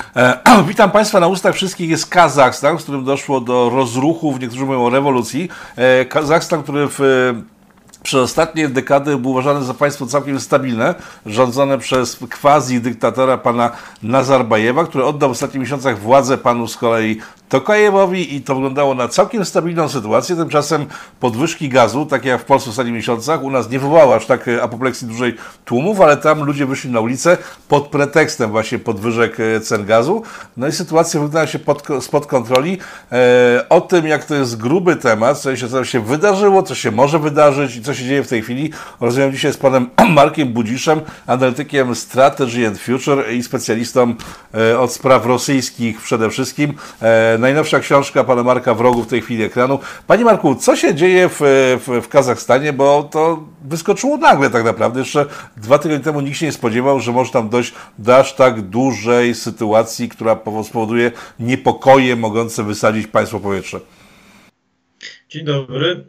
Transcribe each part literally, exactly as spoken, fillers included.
E, witam Państwa, na ustach wszystkich jest Kazachstan, w którym doszło do rozruchów, niektórzy mówią o rewolucji. E, Kazachstan, który w przez ostatnie dekady był uważany za państwo całkiem stabilne, rządzone przez quasi-dyktatora pana Nazarbajewa, który oddał w ostatnich miesiącach władzę panu z kolei Tokajewowi i to wyglądało na całkiem stabilną sytuację. Tymczasem podwyżki gazu, takie jak w Polsce w ostatnich miesiącach, u nas nie wywołały aż tak apopleksji dużej tłumów, ale tam ludzie wyszli na ulicę pod pretekstem właśnie podwyżek cen gazu. No i sytuacja wymknęła się pod, spod kontroli. E, o tym, jak to jest gruby temat, co się, co się wydarzyło, co się może wydarzyć i co się dzieje w tej chwili, rozmawiam dzisiaj z panem Markiem Budziszem, analitykiem Strategy and Future i specjalistą e, od spraw rosyjskich przede wszystkim. E, Najnowsza książka pana Marka Wrogów w tej chwili ekranu. Panie Marku, co się dzieje w, w, w Kazachstanie, bo to wyskoczyło nagle tak naprawdę. Jeszcze dwa tygodnie temu nikt się nie spodziewał, że może tam dojść do aż tak dużej sytuacji, która spowoduje niepokoje mogące wysadzić państwo w powietrze. Dzień dobry.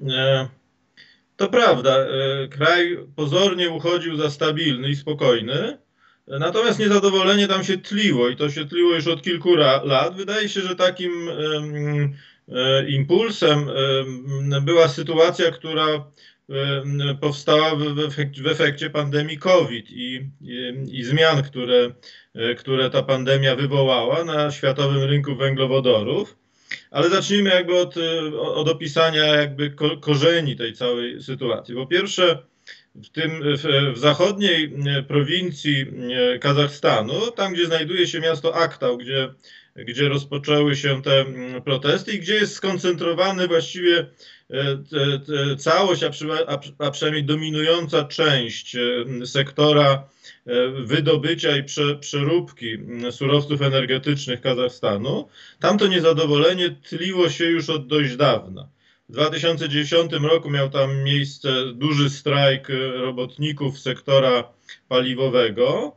To prawda, kraj pozornie uchodził za stabilny i spokojny. Natomiast niezadowolenie tam się tliło i to się tliło już od kilku lat. Wydaje się, że takim um, impulsem um, była sytuacja, która um, powstała w, w, efekcie, w efekcie pandemii COVID i, i, i zmian, które, które ta pandemia wywołała na światowym rynku węglowodorów. Ale zacznijmy jakby od, od opisania jakby korzeni tej całej sytuacji. Po pierwsze, w, tym, w, w zachodniej prowincji Kazachstanu, tam gdzie znajduje się miasto Aktau, gdzie, gdzie rozpoczęły się te protesty i gdzie jest skoncentrowany właściwie te, te całość, a, przy, a, a przynajmniej dominująca część sektora wydobycia i prze, przeróbki surowców energetycznych Kazachstanu, tam to niezadowolenie tliło się już od dość dawna. W dwa tysiące dziesiątym roku miał tam miejsce duży strajk robotników sektora paliwowego,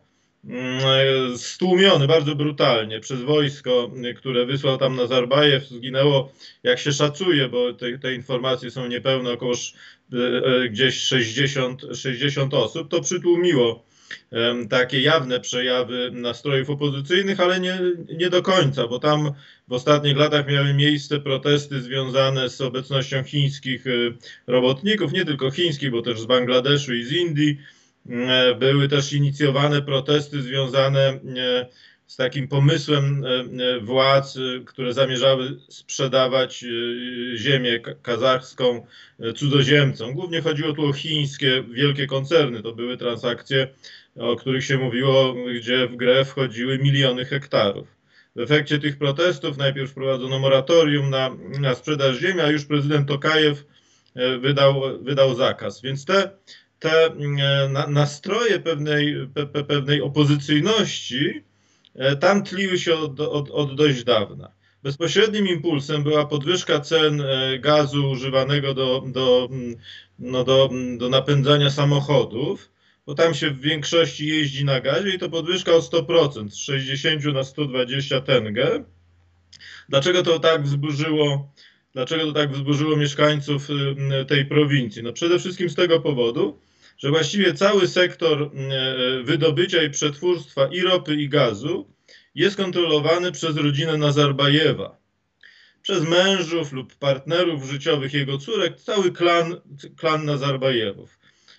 stłumiony bardzo brutalnie przez wojsko, które wysłał tam Nazarbajew. Zginęło, jak się szacuje, bo te, te informacje są niepełne, około gdzieś sześćdziesiąt, sześćdziesiąt osób. To przytłumiło takie jawne przejawy nastrojów opozycyjnych, ale nie, nie do końca, bo tam w ostatnich latach miały miejsce protesty związane z obecnością chińskich robotników, nie tylko chińskich, bo też z Bangladeszu i z Indii. Były też inicjowane protesty związane z takim pomysłem władz, które zamierzały sprzedawać ziemię kazachską cudzoziemcom. Głównie chodziło tu o chińskie wielkie koncerny. To były transakcje, o których się mówiło, gdzie w grę wchodziły miliony hektarów. W efekcie tych protestów najpierw wprowadzono moratorium na, na sprzedaż ziemi, a już prezydent Tokajew wydał, wydał zakaz. Więc te, te nastroje pewnej, pe, pewnej opozycyjności tam tliły się od, od, od dość dawna. Bezpośrednim impulsem była podwyżka cen gazu używanego do, do, no do, do napędzania samochodów, bo tam się w większości jeździ na gazie i to podwyżka o sto procent, z sześćdziesięciu na sto dwadzieścia tengę. Dlaczego to tak wzburzyło, dlaczego to tak wzburzyło mieszkańców tej prowincji? No przede wszystkim z tego powodu, że właściwie cały sektor wydobycia i przetwórstwa i ropy, i gazu jest kontrolowany przez rodzinę Nazarbajewa. Przez mężów lub partnerów życiowych jego córek, cały klan, klan Nazarbajewów.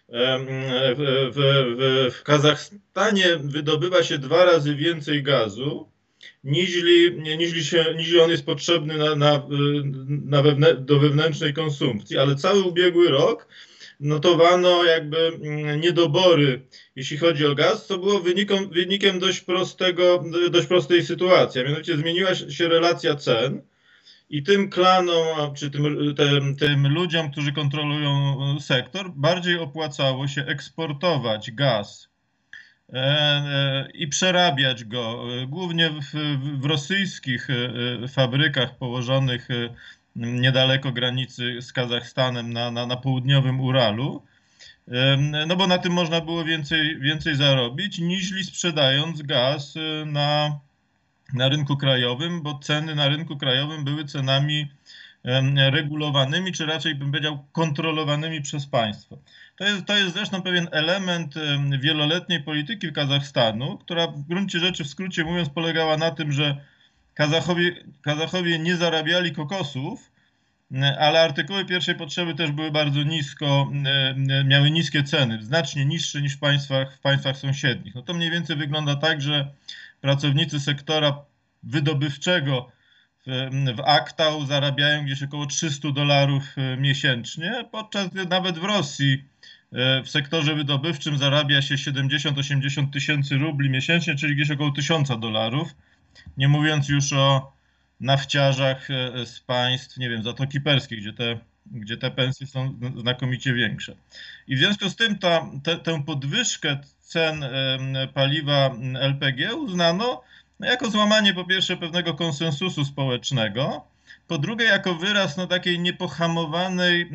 W, w, w Kazachstanie wydobywa się dwa razy więcej gazu, niźli, niźli, się, niźli on jest potrzebny na, na, na wewnę, do wewnętrznej konsumpcji, ale cały ubiegły rok notowano jakby niedobory, jeśli chodzi o gaz, co było wynikiem, wynikiem dość, prostego, dość prostej sytuacji. A mianowicie zmieniła się relacja cen i tym klanom, czy tym, tym, tym ludziom, którzy kontrolują sektor, bardziej opłacało się eksportować gaz e, e, i przerabiać go, głównie w, w rosyjskich fabrykach położonych niedaleko granicy z Kazachstanem na, na, na południowym Uralu, no bo na tym można było więcej, więcej zarobić, niźli sprzedając gaz na, na rynku krajowym, bo ceny na rynku krajowym były cenami regulowanymi, czy raczej bym powiedział kontrolowanymi przez państwo. To jest, to jest zresztą pewien element wieloletniej polityki Kazachstanu, która w gruncie rzeczy, w skrócie mówiąc, polegała na tym, że Kazachowie, Kazachowie nie zarabiali kokosów, ale artykuły pierwszej potrzeby też były bardzo nisko, miały niskie ceny, znacznie niższe niż w państwach, w państwach sąsiednich. No to mniej więcej wygląda tak, że pracownicy sektora wydobywczego w, w Aktau zarabiają gdzieś około trzysta dolarów miesięcznie, podczas gdy nawet w Rosji w sektorze wydobywczym zarabia się siedemdziesiąt osiemdziesiąt tysięcy rubli miesięcznie, czyli gdzieś około tysiąc dolarów, nie mówiąc już o nafciarzach z państw, nie wiem, Zatoki Perskiej, gdzie te, gdzie te pensje są znakomicie większe. I w związku z tym ta, te, tę podwyżkę cen paliwa L P G uznano jako złamanie po pierwsze pewnego konsensusu społecznego, po drugie jako wyraz no, takiej niepohamowanej,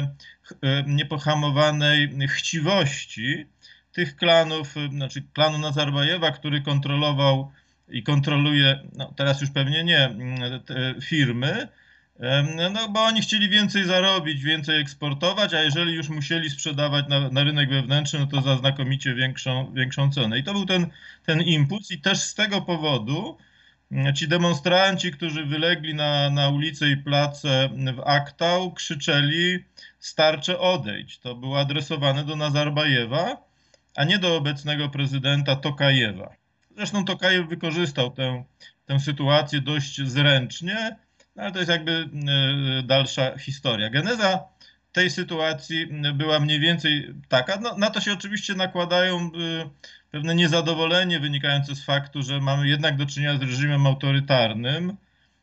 niepohamowanej chciwości tych klanów, znaczy klanu Nazarbajewa, który kontrolował i kontroluje, no teraz już pewnie nie, firmy, no bo oni chcieli więcej zarobić, więcej eksportować, a jeżeli już musieli sprzedawać na, na rynek wewnętrzny, no to za znakomicie większą, większą cenę. I to był ten, ten impuls i też z tego powodu ci demonstranci, którzy wylegli na, na ulice i place w Aktau, krzyczeli starcze odejdź. To było adresowane do Nazarbajewa, a nie do obecnego prezydenta Tokajewa. Zresztą Tokajew wykorzystał tę, tę sytuację dość zręcznie, ale to jest jakby dalsza historia. Geneza tej sytuacji była mniej więcej taka. No, na to się oczywiście nakładają pewne niezadowolenie wynikające z faktu, że mamy jednak do czynienia z reżimem autorytarnym,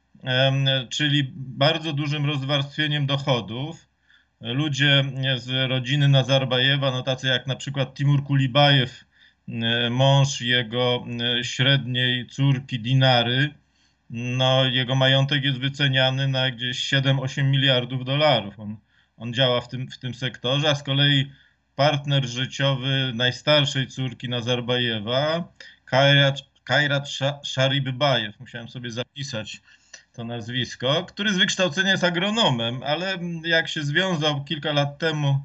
czyli bardzo dużym rozwarstwieniem dochodów. Ludzie z rodziny Nazarbajewa, no tacy jak na przykład Timur Kulibajew, mąż jego średniej córki Dinary, no jego majątek jest wyceniany na gdzieś siedem osiem miliardów dolarów. On, on działa w tym, w tym sektorze, a z kolei partner życiowy najstarszej córki Nazarbajewa, Kairat, Kairat Sharibajew, musiałem sobie zapisać to nazwisko, który z wykształcenia jest agronomem, ale jak się związał kilka lat temu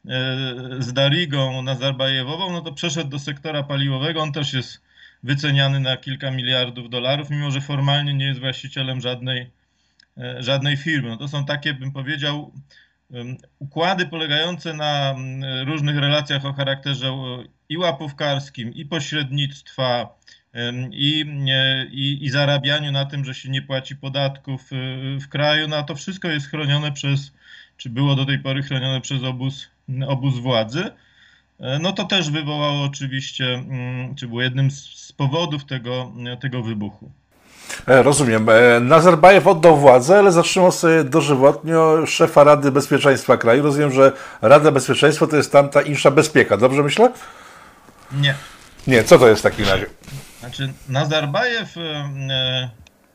z Darigą Nazarbajewową, no to przeszedł do sektora paliwowego. On też jest wyceniany na kilka miliardów dolarów, mimo że formalnie nie jest właścicielem żadnej, żadnej firmy. No to są takie, bym powiedział, układy polegające na różnych relacjach o charakterze i łapówkarskim, i pośrednictwa, i, i, i zarabianiu na tym, że się nie płaci podatków w kraju. No a to wszystko jest chronione przez, czy było do tej pory chronione przez obóz, obóz władzy. No to też wywołało oczywiście, czy było jednym z powodów tego, tego wybuchu. Rozumiem. Nazarbajew oddał władzę, ale zatrzymał sobie dożywotnio szefa Rady Bezpieczeństwa kraju. Rozumiem, że Rada Bezpieczeństwa to jest tamta insza bezpieka. Dobrze myślę? Nie. Nie, co to jest w takim razie? Znaczy Nazarbajew e,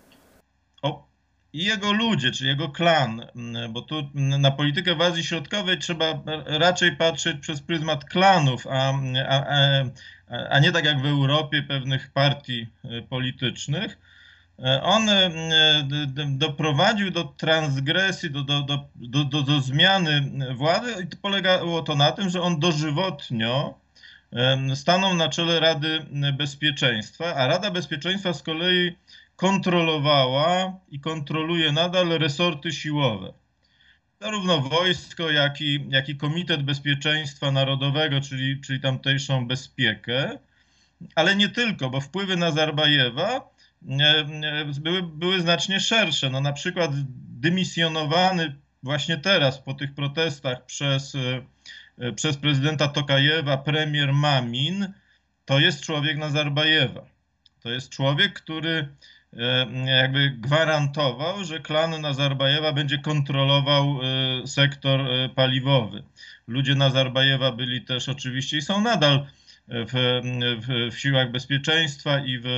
o, i jego ludzie, czy jego klan, bo tu na politykę w Azji Środkowej trzeba raczej patrzeć przez pryzmat klanów, a, a, a nie tak jak w Europie pewnych partii politycznych. On doprowadził do transgresji, do, do, do, do, do zmiany władzy i polegało to na tym, że on dożywotnio stanął na czele Rady Bezpieczeństwa, a Rada Bezpieczeństwa z kolei kontrolowała i kontroluje nadal resorty siłowe. Zarówno wojsko, jak i, jak i Komitet Bezpieczeństwa Narodowego, czyli, czyli tamtejszą bezpiekę, ale nie tylko, bo wpływy Nazarbajewa były, były znacznie szersze. No, na przykład dymisjonowany właśnie teraz po tych protestach przez, przez prezydenta Tokajewa premier Mamin to jest człowiek Nazarbajewa. To jest człowiek, który jakby gwarantował, że klan Nazarbajewa będzie kontrolował sektor paliwowy. Ludzie Nazarbajewa byli też oczywiście i są nadal w, w, w siłach bezpieczeństwa i w,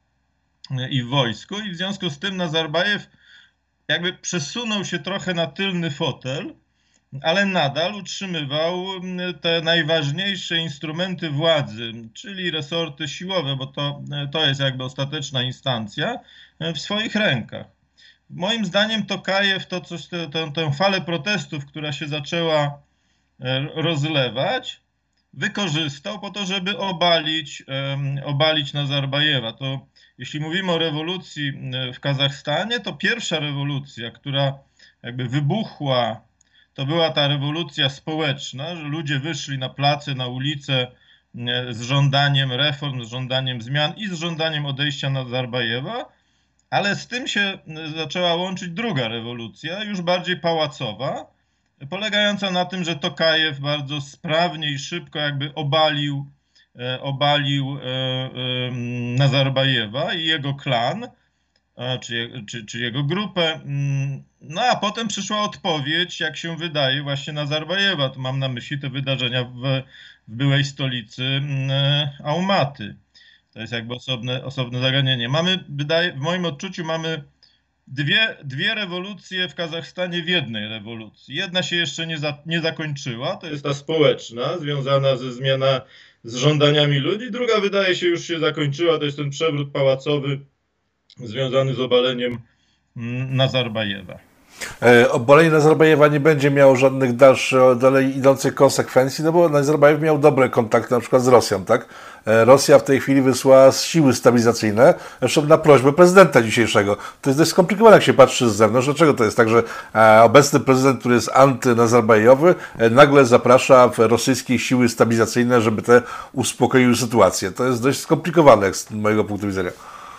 i w wojsku i w związku z tym Nazarbajew jakby przesunął się trochę na tylny fotel, ale nadal utrzymywał te najważniejsze instrumenty władzy, czyli resorty siłowe, bo to, to jest jakby ostateczna instancja, w swoich rękach. Moim zdaniem Tokajew to coś, tę, tę, tę falę protestów, która się zaczęła rozlewać, wykorzystał po to, żeby obalić, obalić Nazarbajewa. To jeśli mówimy o rewolucji w Kazachstanie, to pierwsza rewolucja, która jakby wybuchła, to była ta rewolucja społeczna, że ludzie wyszli na place, na ulice z żądaniem reform, z żądaniem zmian i z żądaniem odejścia Nazarbajewa, ale z tym się zaczęła łączyć druga rewolucja, już bardziej pałacowa, polegająca na tym, że Tokajew bardzo sprawnie i szybko jakby obalił, obalił Nazarbajewa i jego klan, czy, czy, czy jego grupę. No a potem przyszła odpowiedź, jak się wydaje, właśnie Nazarbajewa. Tu mam na myśli te wydarzenia w, w byłej stolicy Almaty. To jest jakby osobne, osobne zagadnienie. Mamy, wydaje, w moim odczuciu mamy dwie, dwie rewolucje w Kazachstanie w jednej rewolucji. Jedna się jeszcze nie, za, nie zakończyła, to jest ta społeczna, związana ze zmianą, z żądaniami ludzi. Druga wydaje się już się zakończyła, to jest ten przewrót pałacowy związany z obaleniem Nazarbajewa. E, obalenie Nazarbajewa nie będzie miało żadnych dalszych, dalej idących konsekwencji, no bo Nazarbajew miał dobre kontakty na przykład z Rosją, tak? E, Rosja w tej chwili wysłała siły stabilizacyjne, zresztą na prośbę prezydenta dzisiejszego. To jest dość skomplikowane, jak się patrzy z zewnątrz. Dlaczego to jest tak, że e, obecny prezydent, który jest antynazarbajewowy, e, nagle zaprasza rosyjskie siły stabilizacyjne, żeby te uspokoiły sytuację? To jest dość skomplikowane z mojego punktu widzenia.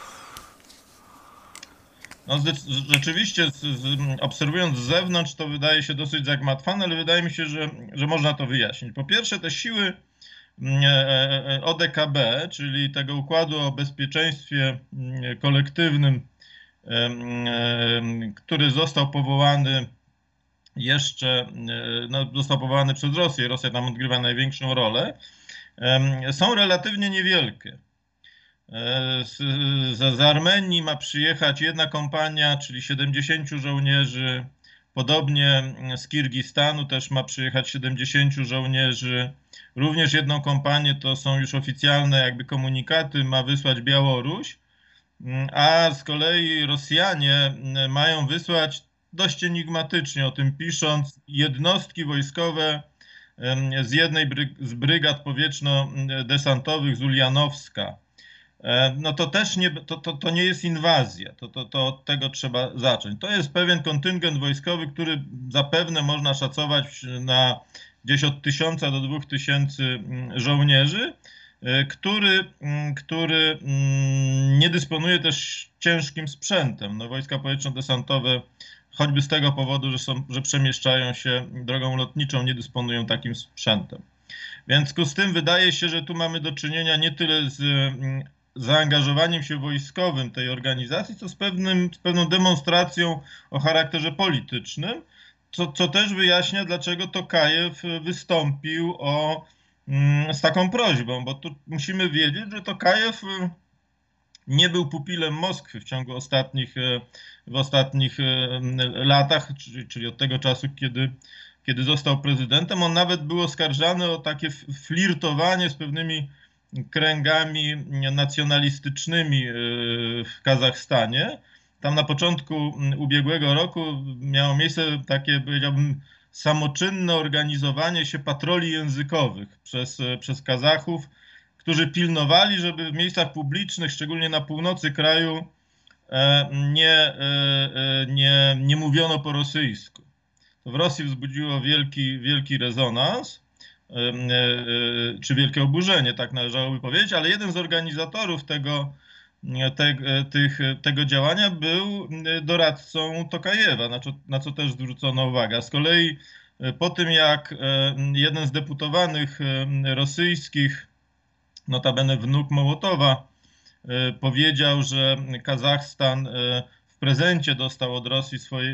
No, rzeczywiście, z, z, obserwując z zewnątrz, to wydaje się dosyć zagmatwane, ale wydaje mi się, że, że można to wyjaśnić. Po pierwsze, te siły O D K B, czyli tego układu o bezpieczeństwie kolektywnym, który został powołany jeszcze, no, został powołany przez Rosję, Rosja tam odgrywa największą rolę, są relatywnie niewielkie. Z, z Armenii ma przyjechać jedna kompania, czyli siedemdziesięciu żołnierzy. Podobnie z Kirgistanu też ma przyjechać siedemdziesięciu żołnierzy. Również jedną kompanię, to są już oficjalne jakby komunikaty, ma wysłać Białoruś. A z kolei Rosjanie mają wysłać dość enigmatycznie, o tym pisząc, jednostki wojskowe z jednej z brygad powietrzno-desantowych z Ulianowska. No to też nie, to, to, to nie jest inwazja, to, to, to od tego trzeba zacząć. To jest pewien kontyngent wojskowy, który zapewne można szacować na gdzieś od tysiąca do dwóch tysięcy żołnierzy, który, który nie dysponuje też ciężkim sprzętem. No, wojska powietrzno-desantowe, choćby z tego powodu, że, są, że przemieszczają się drogą lotniczą, nie dysponują takim sprzętem. Więc z tym wydaje się, że tu mamy do czynienia nie tyle z zaangażowaniem się wojskowym tej organizacji, co z, pewnym, z pewną demonstracją o charakterze politycznym, co, co też wyjaśnia, dlaczego Tokajew wystąpił o, z taką prośbą, bo tu musimy wiedzieć, że Tokajew nie był pupilem Moskwy w ciągu ostatnich, w ostatnich latach, czyli od tego czasu, kiedy, kiedy został prezydentem. On nawet był oskarżany o takie flirtowanie z pewnymi kręgami nacjonalistycznymi w Kazachstanie. Tam na początku ubiegłego roku miało miejsce takie, powiedziałbym, samoczynne organizowanie się patroli językowych przez, przez Kazachów, którzy pilnowali, żeby w miejscach publicznych, szczególnie na północy kraju, nie, nie, nie mówiono po rosyjsku. To w Rosji wzbudziło wielki, wielki rezonans, czy wielkie oburzenie, tak należałoby powiedzieć, ale jeden z organizatorów tego, te, tych, tego działania był doradcą Tokajewa, na co, na co też zwrócono uwagę. Z kolei po tym, jak jeden z deputowanych rosyjskich, notabene wnuk Mołotowa, powiedział, że Kazachstan w prezencie dostał od Rosji swoje,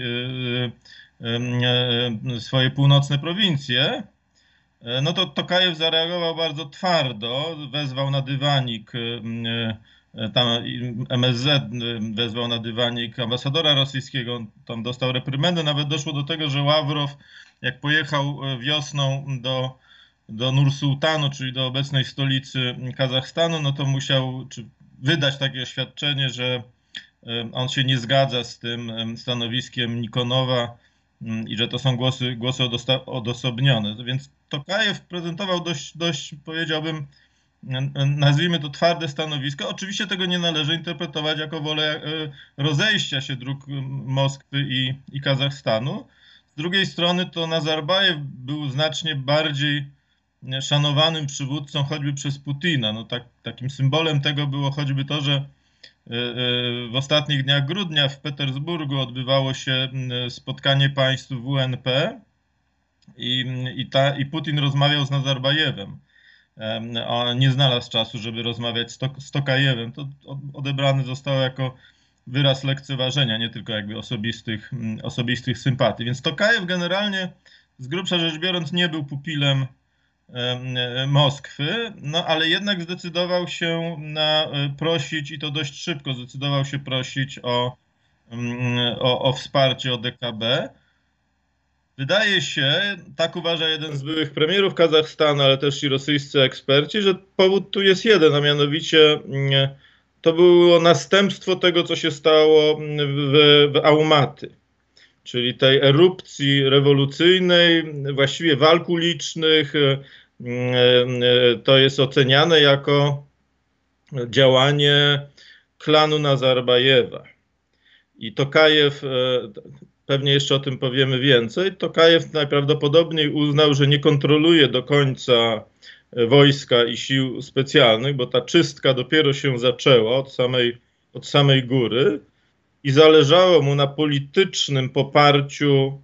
swoje północne prowincje, no to Tokajew zareagował bardzo twardo, wezwał na dywanik, tam M S Z wezwał na dywanik ambasadora rosyjskiego, tam dostał reprymendę, nawet doszło do tego, że Ławrow, jak pojechał wiosną do, do Nur-Sultanu, czyli do obecnej stolicy Kazachstanu, no to musiał czy wydać takie oświadczenie, że on się nie zgadza z tym stanowiskiem Nikonowa i że to są głosy, głosy odosobnione. Więc Tokajew prezentował dość, dość, powiedziałbym, nazwijmy to twarde stanowisko. Oczywiście tego nie należy interpretować jako wolę rozejścia się dróg Moskwy i, i Kazachstanu. Z drugiej strony to Nazarbajew był znacznie bardziej szanowanym przywódcą choćby przez Putina. No tak, takim symbolem tego było choćby to, że w ostatnich dniach grudnia w Petersburgu odbywało się spotkanie państw W N P i, i, ta, i Putin rozmawiał z Nazarbajewem. On nie znalazł czasu, żeby rozmawiać z, to, z Tokajewem. To odebrane zostało jako wyraz lekceważenia, nie tylko jakby osobistych, osobistych sympatii. Więc Tokajew generalnie, z grubsza rzecz biorąc, nie był pupilem Moskwy, no ale jednak zdecydował się na prosić, i to dość szybko zdecydował się prosić o, o, o wsparcie, o D K B. Wydaje się, tak uważa jeden z byłych premierów Kazachstanu, ale też i rosyjscy eksperci, że powód tu jest jeden, a mianowicie to było następstwo tego, co się stało w, w Almaty, czyli tej erupcji rewolucyjnej, właściwie walk ulicznych. To jest oceniane jako działanie klanu Nazarbajewa. I Tokajew, pewnie jeszcze o tym powiemy więcej, Tokajew najprawdopodobniej uznał, że nie kontroluje do końca wojska i sił specjalnych, bo ta czystka dopiero się zaczęła od samej, od samej góry i zależało mu na politycznym poparciu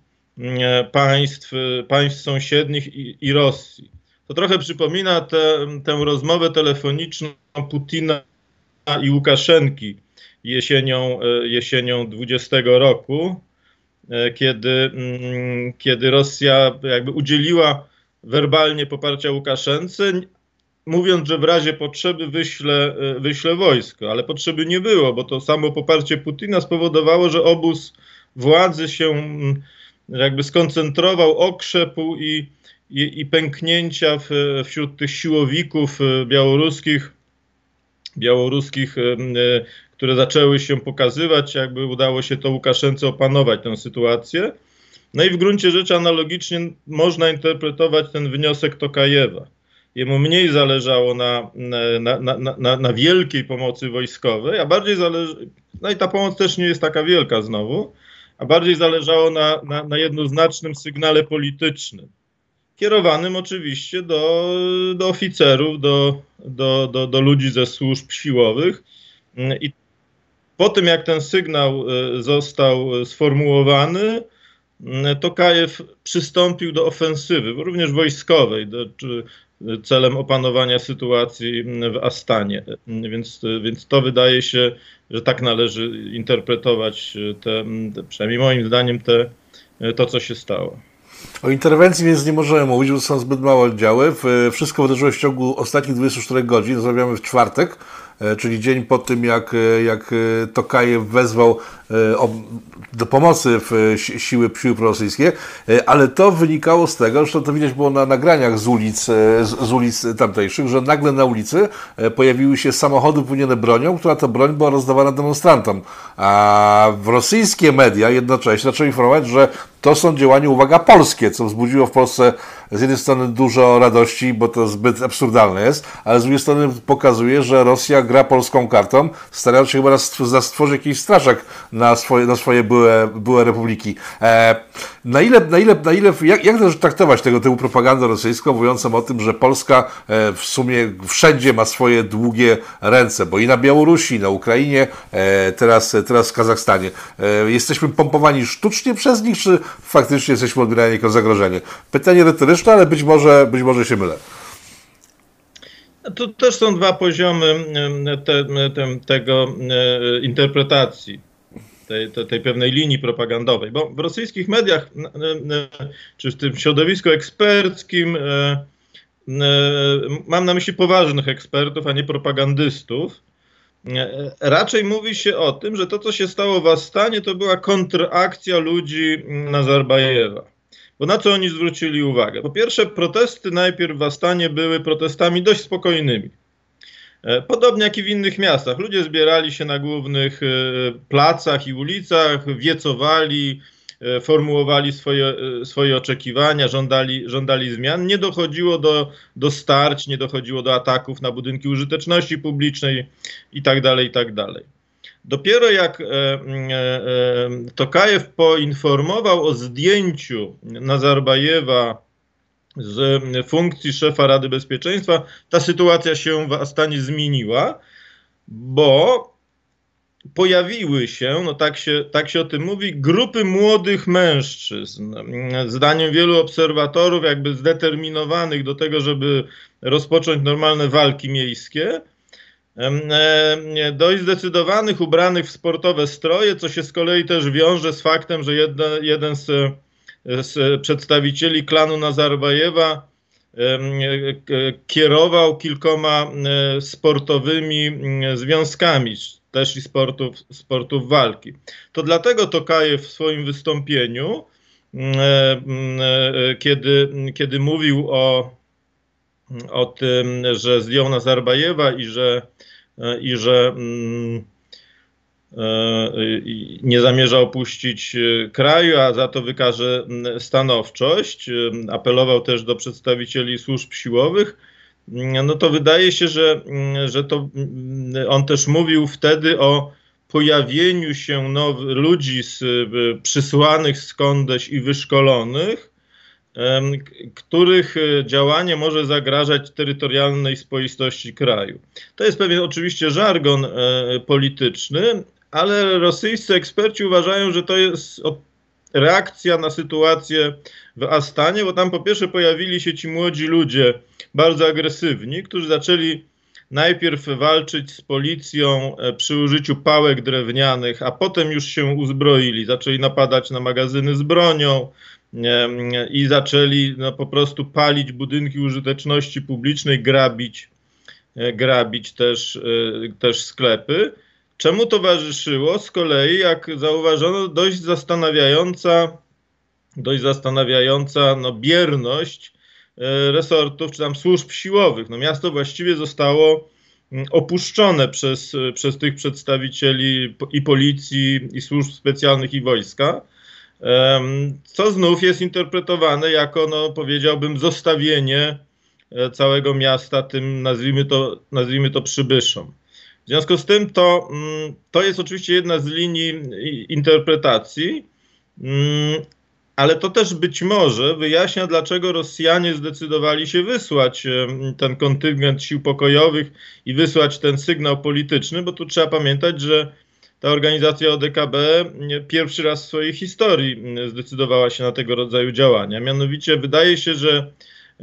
państw, państw sąsiednich i, i Rosji. To trochę przypomina tę, tę rozmowę telefoniczną Putina i Łukaszenki jesienią, jesienią dwudziestego roku, kiedy, kiedy Rosja jakby udzieliła werbalnie poparcia Łukaszence, mówiąc, że w razie potrzeby wyśle, wyśle wojsko, ale potrzeby nie było, bo to samo poparcie Putina spowodowało, że obóz władzy się jakby skoncentrował, okrzepł i, i, i pęknięcia w, wśród tych siłowików białoruskich, białoruskich, które zaczęły się pokazywać, jakby udało się to Łukaszence opanować tę sytuację. No i w gruncie rzeczy analogicznie można interpretować ten wniosek Tokajewa. Jemu mniej zależało na, na, na, na, na wielkiej pomocy wojskowej, a bardziej zależy, no i ta pomoc też nie jest taka wielka znowu, a bardziej zależało na, na, na jednoznacznym sygnale politycznym, kierowanym oczywiście do, do oficerów, do, do, do, do ludzi ze służb siłowych. I po tym, jak ten sygnał został sformułowany, Tokajew przystąpił do ofensywy, również wojskowej, do, celem opanowania sytuacji w Astanie. Więc, więc to wydaje się, że tak należy interpretować, te, te, przynajmniej moim zdaniem, te, to, co się stało. O interwencji więc nie możemy mówić, bo to są zbyt małe oddziały. Wszystko wydarzyło się w ciągu ostatnich dwudziestu czterech godzin. Rozmawiamy w czwartek, czyli dzień po tym, jak, jak Tokajew wezwał do pomocy w siły, siły prorosyjskie, ale to wynikało z tego, że to widać było na nagraniach z ulic, z ulic tamtejszych, że nagle na ulicy pojawiły się samochody wypełnione bronią, która to broń była rozdawana demonstrantom. A w rosyjskie media jednocześnie zaczęły informować, że to są działania, uwaga, polskie, co wzbudziło w Polsce z jednej strony dużo radości, bo to zbyt absurdalne jest, ale z drugiej strony pokazuje, że Rosja gra polską kartą, starając się chyba stworzyć jakiś straszak na swoje, na swoje byłe, byłe republiki. E, na ile, na ile, na ile, jak, jak należy traktować tego typu propagandę rosyjską, mówiącą o tym, że Polska e, w sumie wszędzie ma swoje długie ręce, bo i na Białorusi, i na Ukrainie, e, teraz, teraz w Kazachstanie. E, jesteśmy pompowani sztucznie przez nich, czy faktycznie jesteśmy odbierani jako zagrożenie? Pytanie retoryczne, ale być może, być może się mylę. To też są dwa poziomy te, te, tego interpretacji, tej, tej, tej pewnej linii propagandowej, bo w rosyjskich mediach, czy w tym środowisku eksperckim, mam na myśli poważnych ekspertów, a nie propagandystów, raczej mówi się o tym, że to, co się stało w Astanie, to była kontrakcja ludzi Nazarbajewa. Bo na co oni zwrócili uwagę? Po pierwsze, protesty najpierw w Astanie były protestami dość spokojnymi. Podobnie jak i w innych miastach. Ludzie zbierali się na głównych placach i ulicach, wiecowali, formułowali swoje, swoje oczekiwania, żądali, żądali zmian. Nie dochodziło do, do starć, nie dochodziło do ataków na budynki użyteczności publicznej i tak dalej, i tak dalej. Dopiero jak e, e, Tokajew poinformował o zdjęciu Nazarbajewa z funkcji szefa Rady Bezpieczeństwa, ta sytuacja się w Astanie zmieniła, bo pojawiły się, no tak się, tak się o tym mówi, grupy młodych mężczyzn, zdaniem wielu obserwatorów jakby zdeterminowanych do tego, żeby rozpocząć normalne walki miejskie, dość zdecydowanych, ubranych w sportowe stroje, co się z kolei też wiąże z faktem, że jedna, jeden z, z przedstawicieli klanu Nazarbajewa kierował kilkoma sportowymi związkami, też i sportów, sportów walki. To dlatego Tokajew w swoim wystąpieniu, kiedy, kiedy mówił o, o tym, że zdjął Nazarbajewa i że, i że nie zamierza opuścić kraju, a za to wykaże stanowczość, apelował też do przedstawicieli służb siłowych, no to wydaje się, że, że to on też mówił wtedy o pojawieniu się nowych ludzi z, przysłanych skądś i wyszkolonych, których działanie może zagrażać terytorialnej spoistości kraju. To jest pewien oczywiście żargon polityczny, ale rosyjscy eksperci uważają, że to jest reakcja na sytuację w Astanie, bo tam po pierwsze pojawili się ci młodzi ludzie bardzo agresywni, którzy zaczęli najpierw walczyć z policją przy użyciu pałek drewnianych, a potem już się uzbroili, zaczęli napadać na magazyny z bronią i zaczęli no, po prostu palić budynki użyteczności publicznej, grabić, grabić też, też sklepy. Czemu towarzyszyło z kolei, jak zauważono, dość zastanawiająca, dość zastanawiająca no, bierność resortów czy tam służb siłowych. No, miasto właściwie zostało opuszczone przez, przez tych przedstawicieli i policji, i służb specjalnych, i wojska, co znów jest interpretowane jako, no, powiedziałbym, zostawienie całego miasta tym, nazwijmy to, nazwijmy to przybyszom. W związku z tym to, to jest oczywiście jedna z linii interpretacji, ale to też być może wyjaśnia, dlaczego Rosjanie zdecydowali się wysłać ten kontyngent sił pokojowych i wysłać ten sygnał polityczny, bo tu trzeba pamiętać, że ta organizacja O D K B pierwszy raz w swojej historii zdecydowała się na tego rodzaju działania. Mianowicie wydaje się, że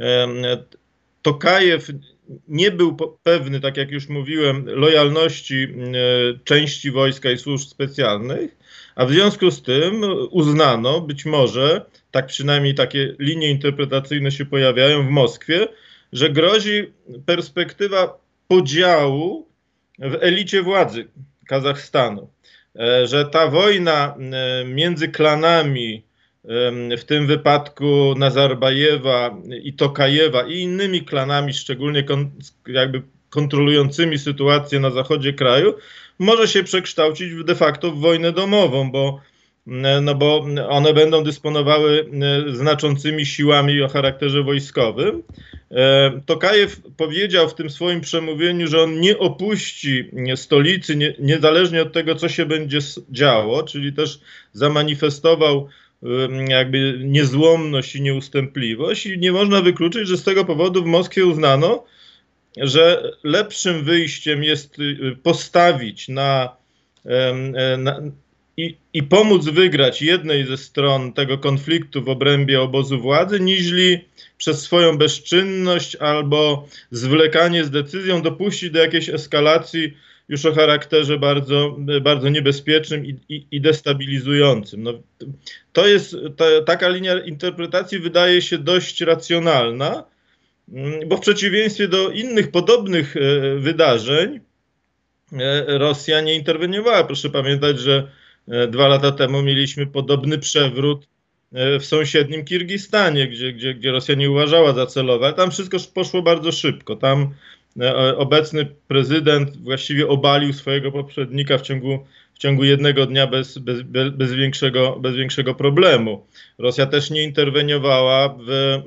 Tokajew nie był pewny, tak jak już mówiłem, lojalności części wojska i służb specjalnych, a w związku z tym uznano, być może, tak przynajmniej takie linie interpretacyjne się pojawiają w Moskwie, że grozi perspektywa podziału w elicie władzy Kazachstanu, że ta wojna między klanami, w tym wypadku Nazarbajewa i Tokajewa i innymi klanami, szczególnie kon, jakby kontrolującymi sytuację na zachodzie kraju, może się przekształcić w de facto w wojnę domową, bo, no bo one będą dysponowały znaczącymi siłami o charakterze wojskowym. Tokajew powiedział w tym swoim przemówieniu, że on nie opuści stolicy, nie, niezależnie od tego, co się będzie działo, czyli też zamanifestował jakby niezłomność i nieustępliwość i nie można wykluczyć, że z tego powodu w Moskwie uznano, że lepszym wyjściem jest postawić na, na i, i pomóc wygrać jednej ze stron tego konfliktu w obrębie obozu władzy, niźli przez swoją bezczynność albo zwlekanie z decyzją dopuścić do jakiejś eskalacji już o charakterze bardzo, bardzo niebezpiecznym i, i, i destabilizującym. No, to jest, ta, taka linia interpretacji wydaje się dość racjonalna, bo w przeciwieństwie do innych podobnych wydarzeń Rosja nie interweniowała. Proszę pamiętać, że dwa lata temu mieliśmy podobny przewrót w sąsiednim Kirgistanie, gdzie, gdzie, gdzie Rosja nie uważała za celowe. Tam wszystko poszło bardzo szybko. Tam obecny prezydent właściwie obalił swojego poprzednika w ciągu, w ciągu jednego dnia bez, bez, bez, większego, bez większego problemu. Rosja też nie interweniowała w,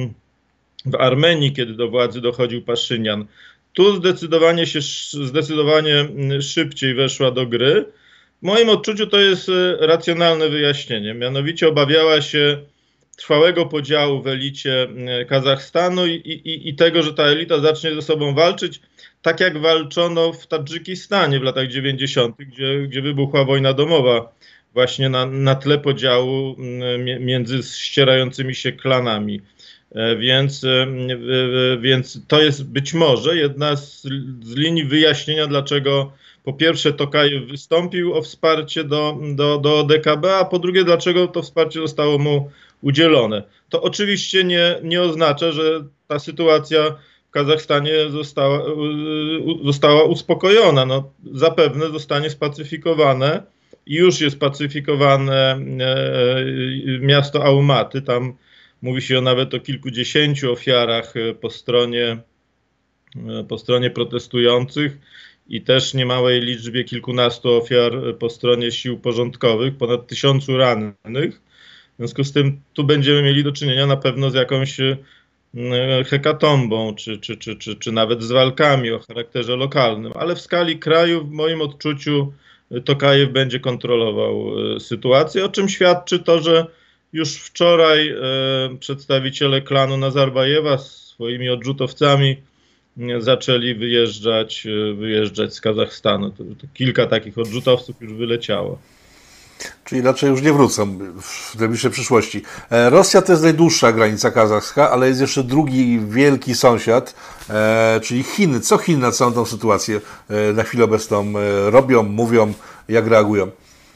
w Armenii, kiedy do władzy dochodził Paszynjan. Tu zdecydowanie się zdecydowanie szybciej weszła do gry. W moim odczuciu to jest racjonalne wyjaśnienie. Mianowicie obawiała się trwałego podziału w elicie Kazachstanu i, i, i tego, że ta elita zacznie ze sobą walczyć, tak jak walczono w Tadżykistanie w latach dziewięćdziesiątych, gdzie, gdzie wybuchła wojna domowa właśnie na, na tle podziału między ścierającymi się klanami. Więc, więc to jest być może jedna z, z linii wyjaśnienia, dlaczego po pierwsze Tokajew wystąpił o wsparcie do, do, do O D K B, a po drugie dlaczego to wsparcie zostało mu udzielone. To oczywiście nie, nie oznacza, że ta sytuacja w Kazachstanie została, została uspokojona. No, zapewne zostanie spacyfikowane i już jest pacyfikowane miasto Almaty. Tam mówi się nawet o kilkudziesięciu ofiarach po stronie, po stronie protestujących i też niemałej liczbie kilkunastu ofiar po stronie sił porządkowych, ponad tysiącu rannych. W związku z tym tu będziemy mieli do czynienia na pewno z jakąś hekatombą, czy, czy, czy, czy, czy nawet z walkami o charakterze lokalnym, ale w skali kraju w moim odczuciu Tokajew będzie kontrolował sytuację, o czym świadczy to, że już wczoraj e, przedstawiciele klanu Nazarbajewa swoimi odrzutowcami zaczęli wyjeżdżać, wyjeżdżać z Kazachstanu. To, to kilka takich odrzutowców już wyleciało. Czyli raczej już nie wrócą w najbliższej przyszłości. Rosja to jest najdłuższa granica kazachska, ale jest jeszcze drugi wielki sąsiad, e, czyli Chiny. Co Chiny na całą tą sytuację e, na chwilę obecną e, robią, mówią, jak reagują?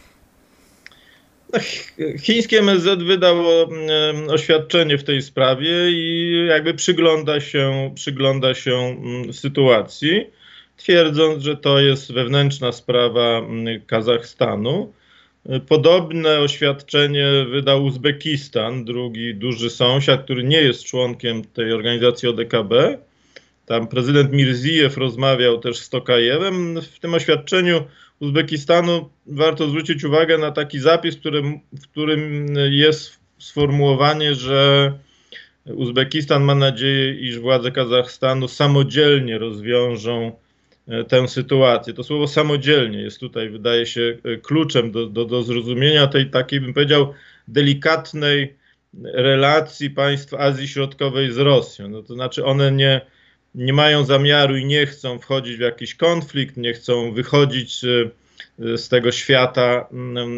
Chińskie M S Z wydało oświadczenie w tej sprawie i jakby przygląda się, przygląda się sytuacji, twierdząc, że to jest wewnętrzna sprawa Kazachstanu. Podobne oświadczenie wydał Uzbekistan, drugi duży sąsiad, który nie jest członkiem tej organizacji O D K B. Tam prezydent Mirzijew rozmawiał też z Tokajewem. W tym oświadczeniu Uzbekistanu warto zwrócić uwagę na taki zapis, w którym, w którym jest sformułowanie, że Uzbekistan ma nadzieję, iż władze Kazachstanu samodzielnie rozwiążą tę sytuację. To słowo samodzielnie jest tutaj, wydaje się, kluczem do, do, do zrozumienia tej takiej, bym powiedział, delikatnej relacji państw Azji Środkowej z Rosją. No to znaczy one nie, nie mają zamiaru i nie chcą wchodzić w jakiś konflikt, nie chcą wychodzić z, z tego świata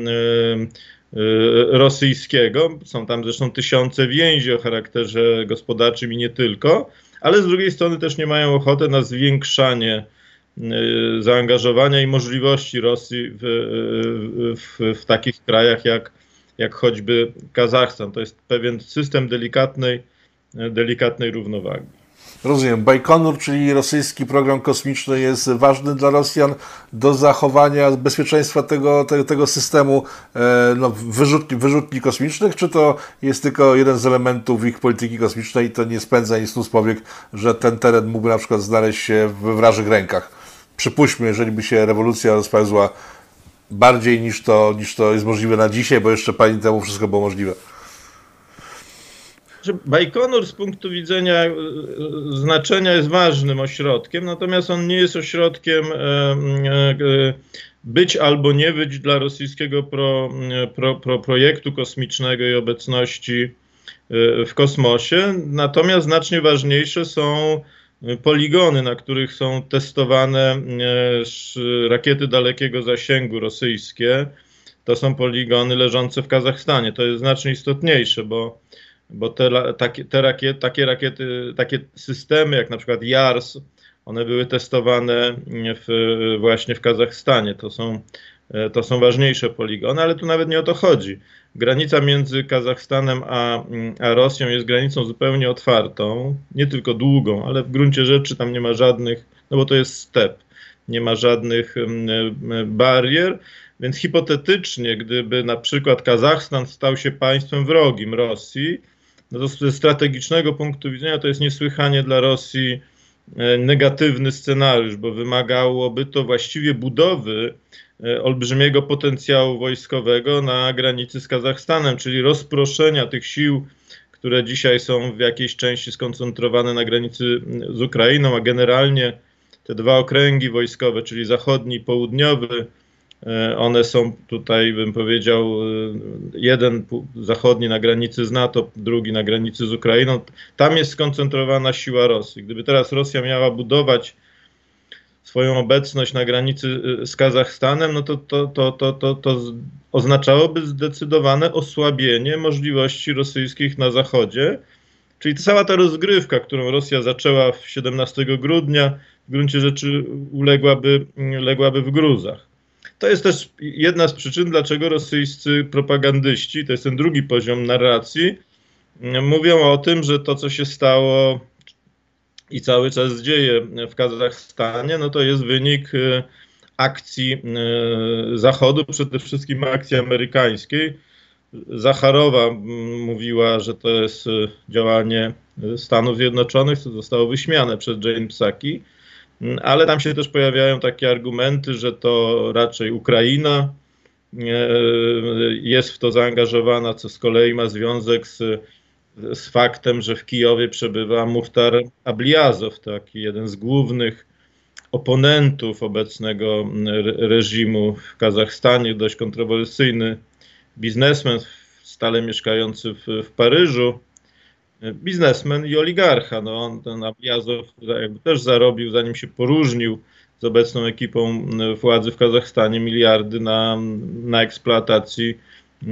rosyjskiego. Są tam zresztą tysiące więzi o charakterze gospodarczym i nie tylko, ale z drugiej strony też nie mają ochoty na zwiększanie zaangażowania i możliwości Rosji w, w, w takich krajach jak, jak choćby Kazachstan. To jest pewien system delikatnej, delikatnej równowagi. Rozumiem. Bajkonur, czyli rosyjski program kosmiczny, jest ważny dla Rosjan do zachowania bezpieczeństwa tego, tego, tego systemu no, wyrzutni, wyrzutni kosmicznych, czy to jest tylko jeden z elementów ich polityki kosmicznej i to nie spędza ani snu z powiek, że ten teren mógłby na przykład znaleźć się we wrażych rękach? Przypuśćmy, jeżeli by się rewolucja rozpełzła bardziej niż to, niż to jest możliwe na dzisiaj, bo jeszcze parę dni temu wszystko było możliwe. Bajkonur z punktu widzenia znaczenia jest ważnym ośrodkiem, natomiast on nie jest ośrodkiem być albo nie być dla rosyjskiego pro, pro, pro projektu kosmicznego i obecności w kosmosie. Natomiast znacznie ważniejsze są poligony, na których są testowane rakiety dalekiego zasięgu rosyjskie. To są poligony leżące w Kazachstanie. To jest znacznie istotniejsze, bo bo te, takie, te rakiety, takie rakiety, takie systemy jak na przykład JARS, one były testowane w, właśnie w Kazachstanie. To są, to są ważniejsze poligony, ale tu nawet nie o to chodzi. Granica między Kazachstanem a, a Rosją jest granicą zupełnie otwartą, nie tylko długą, ale w gruncie rzeczy tam nie ma żadnych, no bo to jest step, nie ma żadnych barier. Więc hipotetycznie, gdyby na przykład Kazachstan stał się państwem wrogim Rosji, no to ze strategicznego punktu widzenia to jest niesłychanie dla Rosji negatywny scenariusz, bo wymagałoby to właściwie budowy olbrzymiego potencjału wojskowego na granicy z Kazachstanem, czyli rozproszenia tych sił, które dzisiaj są w jakiejś części skoncentrowane na granicy z Ukrainą, a generalnie te dwa okręgi wojskowe, czyli zachodni i południowy, one są tutaj, bym powiedział, jeden zachodni na granicy z NATO, drugi na granicy z Ukrainą. Tam jest skoncentrowana siła Rosji. Gdyby teraz Rosja miała budować swoją obecność na granicy z Kazachstanem, no to, to, to, to, to, to oznaczałoby zdecydowane osłabienie możliwości rosyjskich na zachodzie. Czyli cała ta rozgrywka, którą Rosja zaczęła siedemnastego grudnia, w gruncie rzeczy uległaby, uległaby w gruzach. To jest też jedna z przyczyn, dlaczego rosyjscy propagandyści, to jest ten drugi poziom narracji, mówią o tym, że to, co się stało i cały czas dzieje w Kazachstanie, no to jest wynik akcji Zachodu, przede wszystkim akcji amerykańskiej. Zacharowa mówiła, że to jest działanie Stanów Zjednoczonych, co zostało wyśmiane przez Jane Psaki, ale tam się też pojawiają takie argumenty, że to raczej Ukraina jest w to zaangażowana, co z kolei ma związek z, z faktem, że w Kijowie przebywa Muchtar Ablyazov, taki jeden z głównych oponentów obecnego reżimu w Kazachstanie, dość kontrowersyjny biznesmen, stale mieszkający w, w Paryżu, biznesmen i oligarcha. No, on, ten Ablyazov jakby też zarobił, zanim się poróżnił z obecną ekipą władzy w Kazachstanie, miliardy na, na eksploatacji yy,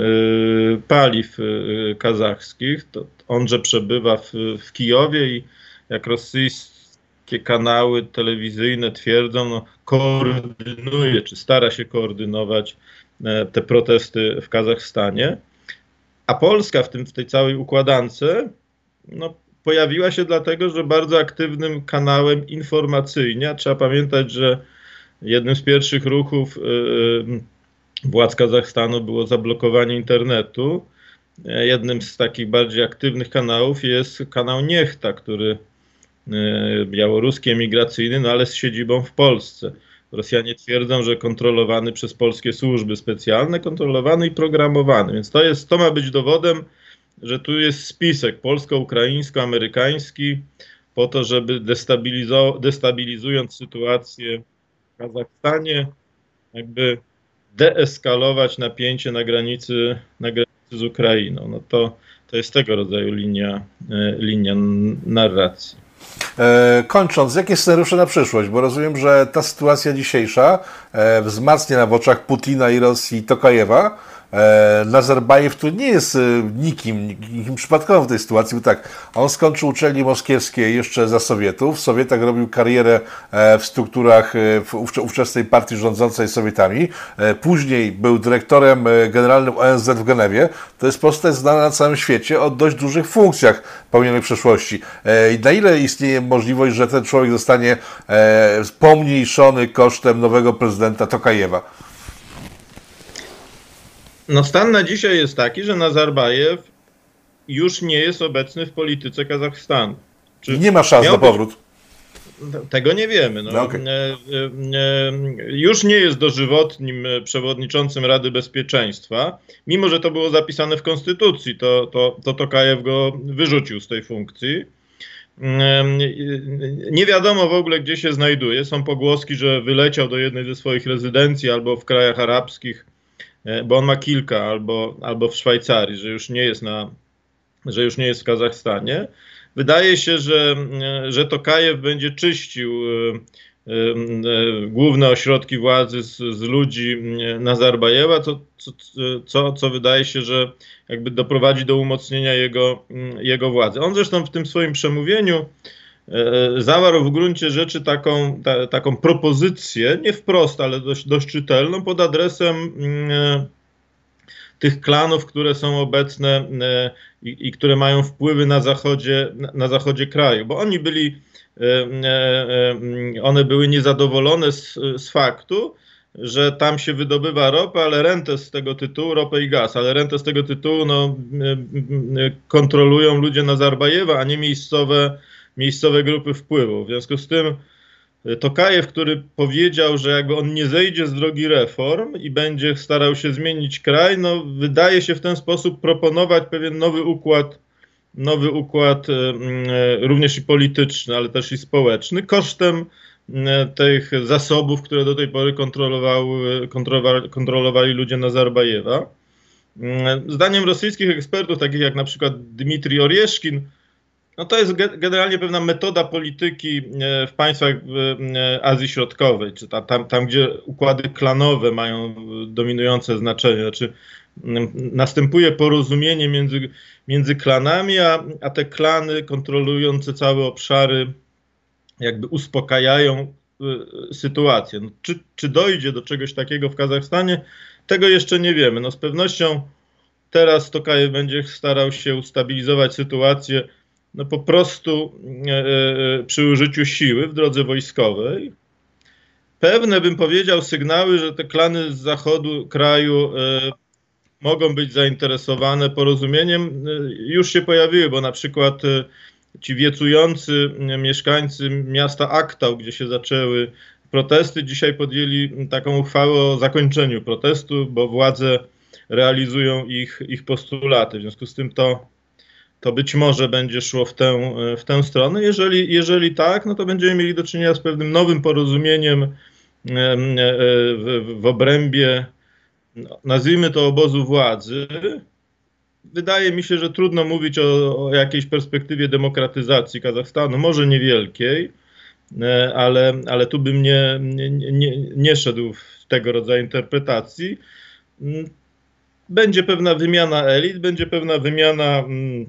paliw yy, kazachskich. To onże przebywa w, w Kijowie i jak rosyjskie kanały telewizyjne twierdzą, no, koordynuje, czy stara się koordynować te protesty w Kazachstanie. A Polska w, tym, w tej całej układance no, pojawiła się dlatego, że bardzo aktywnym kanałem informacyjnie, a trzeba pamiętać, że jednym z pierwszych ruchów yy, władz Kazachstanu było zablokowanie internetu. Jednym z takich bardziej aktywnych kanałów jest kanał Niechta, który yy, białoruski, emigracyjny, no ale z siedzibą w Polsce. Rosjanie twierdzą, że kontrolowany przez polskie służby specjalne, kontrolowany i programowany. Więc to, jest, to ma być dowodem, że tu jest spisek polsko-ukraińsko-amerykański po to, żeby destabilizo- destabilizując sytuację w Kazachstanie, jakby deeskalować napięcie na granicy, na granicy z Ukrainą. No to, to jest tego rodzaju linia, linia narracji. E, kończąc, jakie scenariusze na przyszłość? Bo rozumiem, że ta sytuacja dzisiejsza e, wzmacnia na oczach Putina i Rosji Tokajewa. E, Nazarbajew, który nie jest e, nikim, nikim przypadkowym w tej sytuacji, bo tak, on skończył uczelnie moskiewskie jeszcze za Sowietów. W Sowietach robił karierę e, w strukturach e, w ówcze, ówczesnej partii rządzącej Sowietami. E, później był dyrektorem e, generalnym O N Z w Genewie. To jest postać znana na całym świecie o dość dużych funkcjach pełnionych w przeszłości. E, na ile istnieje możliwość, że ten człowiek zostanie e, pomniejszony kosztem nowego prezydenta Tokajewa? No stan na dzisiaj jest taki, że Nazarbajew już nie jest obecny w polityce Kazachstanu. Czy nie ma szans na powrót? Być... Tego nie wiemy. No. No okay. Już nie jest dożywotnim przewodniczącym Rady Bezpieczeństwa. Mimo że to było zapisane w Konstytucji, to, to, to Tokajew go wyrzucił z tej funkcji. Nie wiadomo w ogóle, gdzie się znajduje. Są pogłoski, że wyleciał do jednej ze swoich rezydencji albo w krajach arabskich, bo on ma kilka, albo, albo w Szwajcarii, że już nie jest na, że już nie jest w Kazachstanie. Wydaje się, że, że Tokajew będzie czyścił główne ośrodki władzy z, z ludzi Nazarbajewa, co, co, co, co wydaje się, że jakby doprowadzi do umocnienia jego, jego władzy. On zresztą w tym swoim przemówieniu zawarł w gruncie rzeczy taką, ta, taką propozycję, nie wprost, ale dość, dość czytelną, pod adresem e, tych klanów, które są obecne e, i, i które mają wpływy na zachodzie, na, na zachodzie kraju, bo oni byli, e, e, one były niezadowolone z, z faktu, że tam się wydobywa ropę, ale rentę z tego tytułu, ropę i gaz, ale rentę z tego tytułu no, kontrolują ludzie Nazarbajewa, a nie miejscowe miejscowe grupy wpływu. W związku z tym Tokajew, który powiedział, że jakby on nie zejdzie z drogi reform i będzie starał się zmienić kraj, no wydaje się w ten sposób proponować pewien nowy układ, nowy układ również i polityczny, ale też i społeczny, kosztem tych zasobów, które do tej pory kontrolowały, kontrolowali, kontrolowali ludzie Nazarbajewa. Zdaniem rosyjskich ekspertów, takich jak na przykład Dmitrij Orieszkin, no to jest generalnie pewna metoda polityki w państwach Azji Środkowej, czy tam, tam, tam gdzie układy klanowe mają dominujące znaczenie. Znaczy, następuje porozumienie między, między klanami, a, a te klany kontrolujące całe obszary jakby uspokajają sytuację. No, czy, czy dojdzie do czegoś takiego w Kazachstanie? Tego jeszcze nie wiemy. No, z pewnością teraz Tokajew będzie starał się ustabilizować sytuację no, po prostu e, przy użyciu siły w drodze wojskowej. Pewne, bym powiedział, sygnały, że te klany z zachodu kraju e, mogą być zainteresowane porozumieniem, e, już się pojawiły, bo na przykład e, ci wiecujący mieszkańcy miasta Aktau, gdzie się zaczęły protesty, dzisiaj podjęli taką uchwałę o zakończeniu protestu, bo władze realizują ich, ich postulaty. W związku z tym to, to być może będzie szło w tę, w tę stronę. Jeżeli, jeżeli tak, no to będziemy mieli do czynienia z pewnym nowym porozumieniem w, w obrębie, nazwijmy to, obozu władzy. Wydaje mi się, że trudno mówić o, o jakiejś perspektywie demokratyzacji Kazachstanu, może niewielkiej, ale, ale tu bym nie, nie, nie, nie szedł w tego rodzaju interpretacji. Będzie pewna wymiana elit, będzie pewna wymiana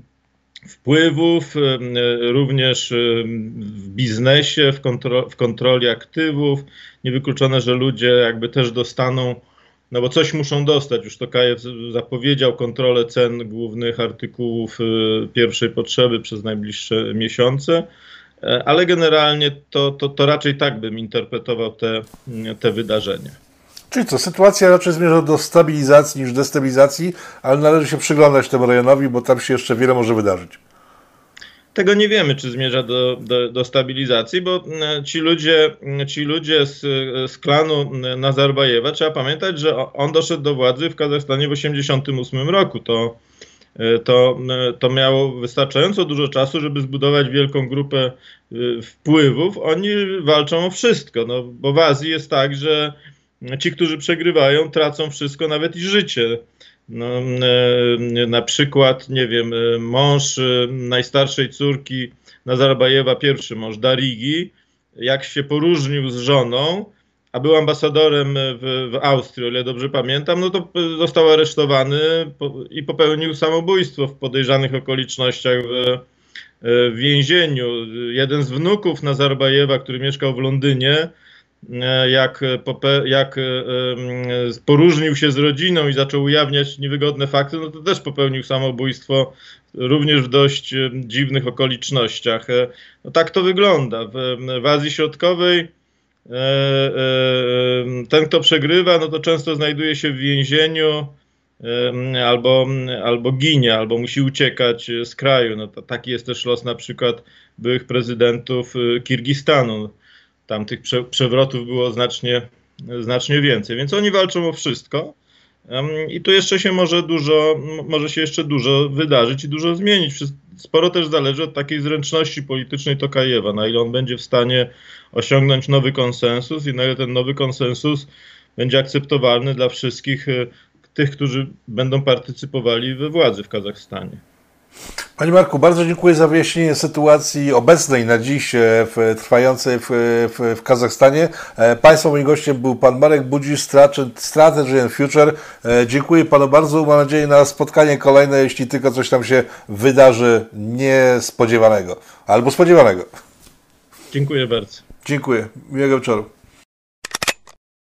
wpływów, również w biznesie, w, kontro, w kontroli aktywów. Niewykluczone, że ludzie jakby też dostaną, no bo coś muszą dostać. Już Tokajew zapowiedział kontrolę cen głównych artykułów pierwszej potrzeby przez najbliższe miesiące, ale generalnie to, to, to raczej tak bym interpretował te, te wydarzenia. Czyli co, sytuacja raczej zmierza do stabilizacji niż destabilizacji, ale należy się przyglądać temu rejonowi, bo tam się jeszcze wiele może wydarzyć. Tego nie wiemy, czy zmierza do, do, do stabilizacji, bo ci ludzie, ci ludzie z, z klanu Nazarbajewa, trzeba pamiętać, że on doszedł do władzy w Kazachstanie w osiemdziesiątym ósmym roku. To, to, to miało wystarczająco dużo czasu, żeby zbudować wielką grupę wpływów. Oni walczą o wszystko, no, bo w Azji jest tak, że ci, którzy przegrywają, tracą wszystko, nawet i życie. No, e, na przykład, nie wiem, mąż e, najstarszej córki Nazarbajewa, pierwszy mąż Darigi, jak się poróżnił z żoną, a był ambasadorem w, w Austrii, o ile dobrze pamiętam, no to został aresztowany po, i popełnił samobójstwo w podejrzanych okolicznościach w, w więzieniu. Jeden z wnuków Nazarbajewa, który mieszkał w Londynie, jak, jak poróżnił się z rodziną i zaczął ujawniać niewygodne fakty, no to też popełnił samobójstwo, również w dość dziwnych okolicznościach. No tak to wygląda. W, w Azji Środkowej ten, kto przegrywa, no to często znajduje się w więzieniu albo, albo ginie, albo musi uciekać z kraju. No to taki jest też los na przykład byłych prezydentów Kirgistanu. Tam tych prze, przewrotów było znacznie, znacznie więcej, więc oni walczą o wszystko um, i tu jeszcze się może dużo, może się jeszcze dużo wydarzyć i dużo zmienić. Sporo też zależy od takiej zręczności politycznej Tokajewa, na ile on będzie w stanie osiągnąć nowy konsensus i na ile ten nowy konsensus będzie akceptowalny dla wszystkich tych, którzy będą partycypowali we władzy w Kazachstanie. Panie Marku, bardzo dziękuję za wyjaśnienie sytuacji obecnej na dziś, w, trwającej w, w, w Kazachstanie. Państwa moim gościem był pan Marek Budzisz, Strategy and Future. Dziękuję panu bardzo. Mam nadzieję na spotkanie kolejne, jeśli tylko coś tam się wydarzy niespodziewanego albo spodziewanego. Dziękuję bardzo. Dziękuję. Miłego wieczoru.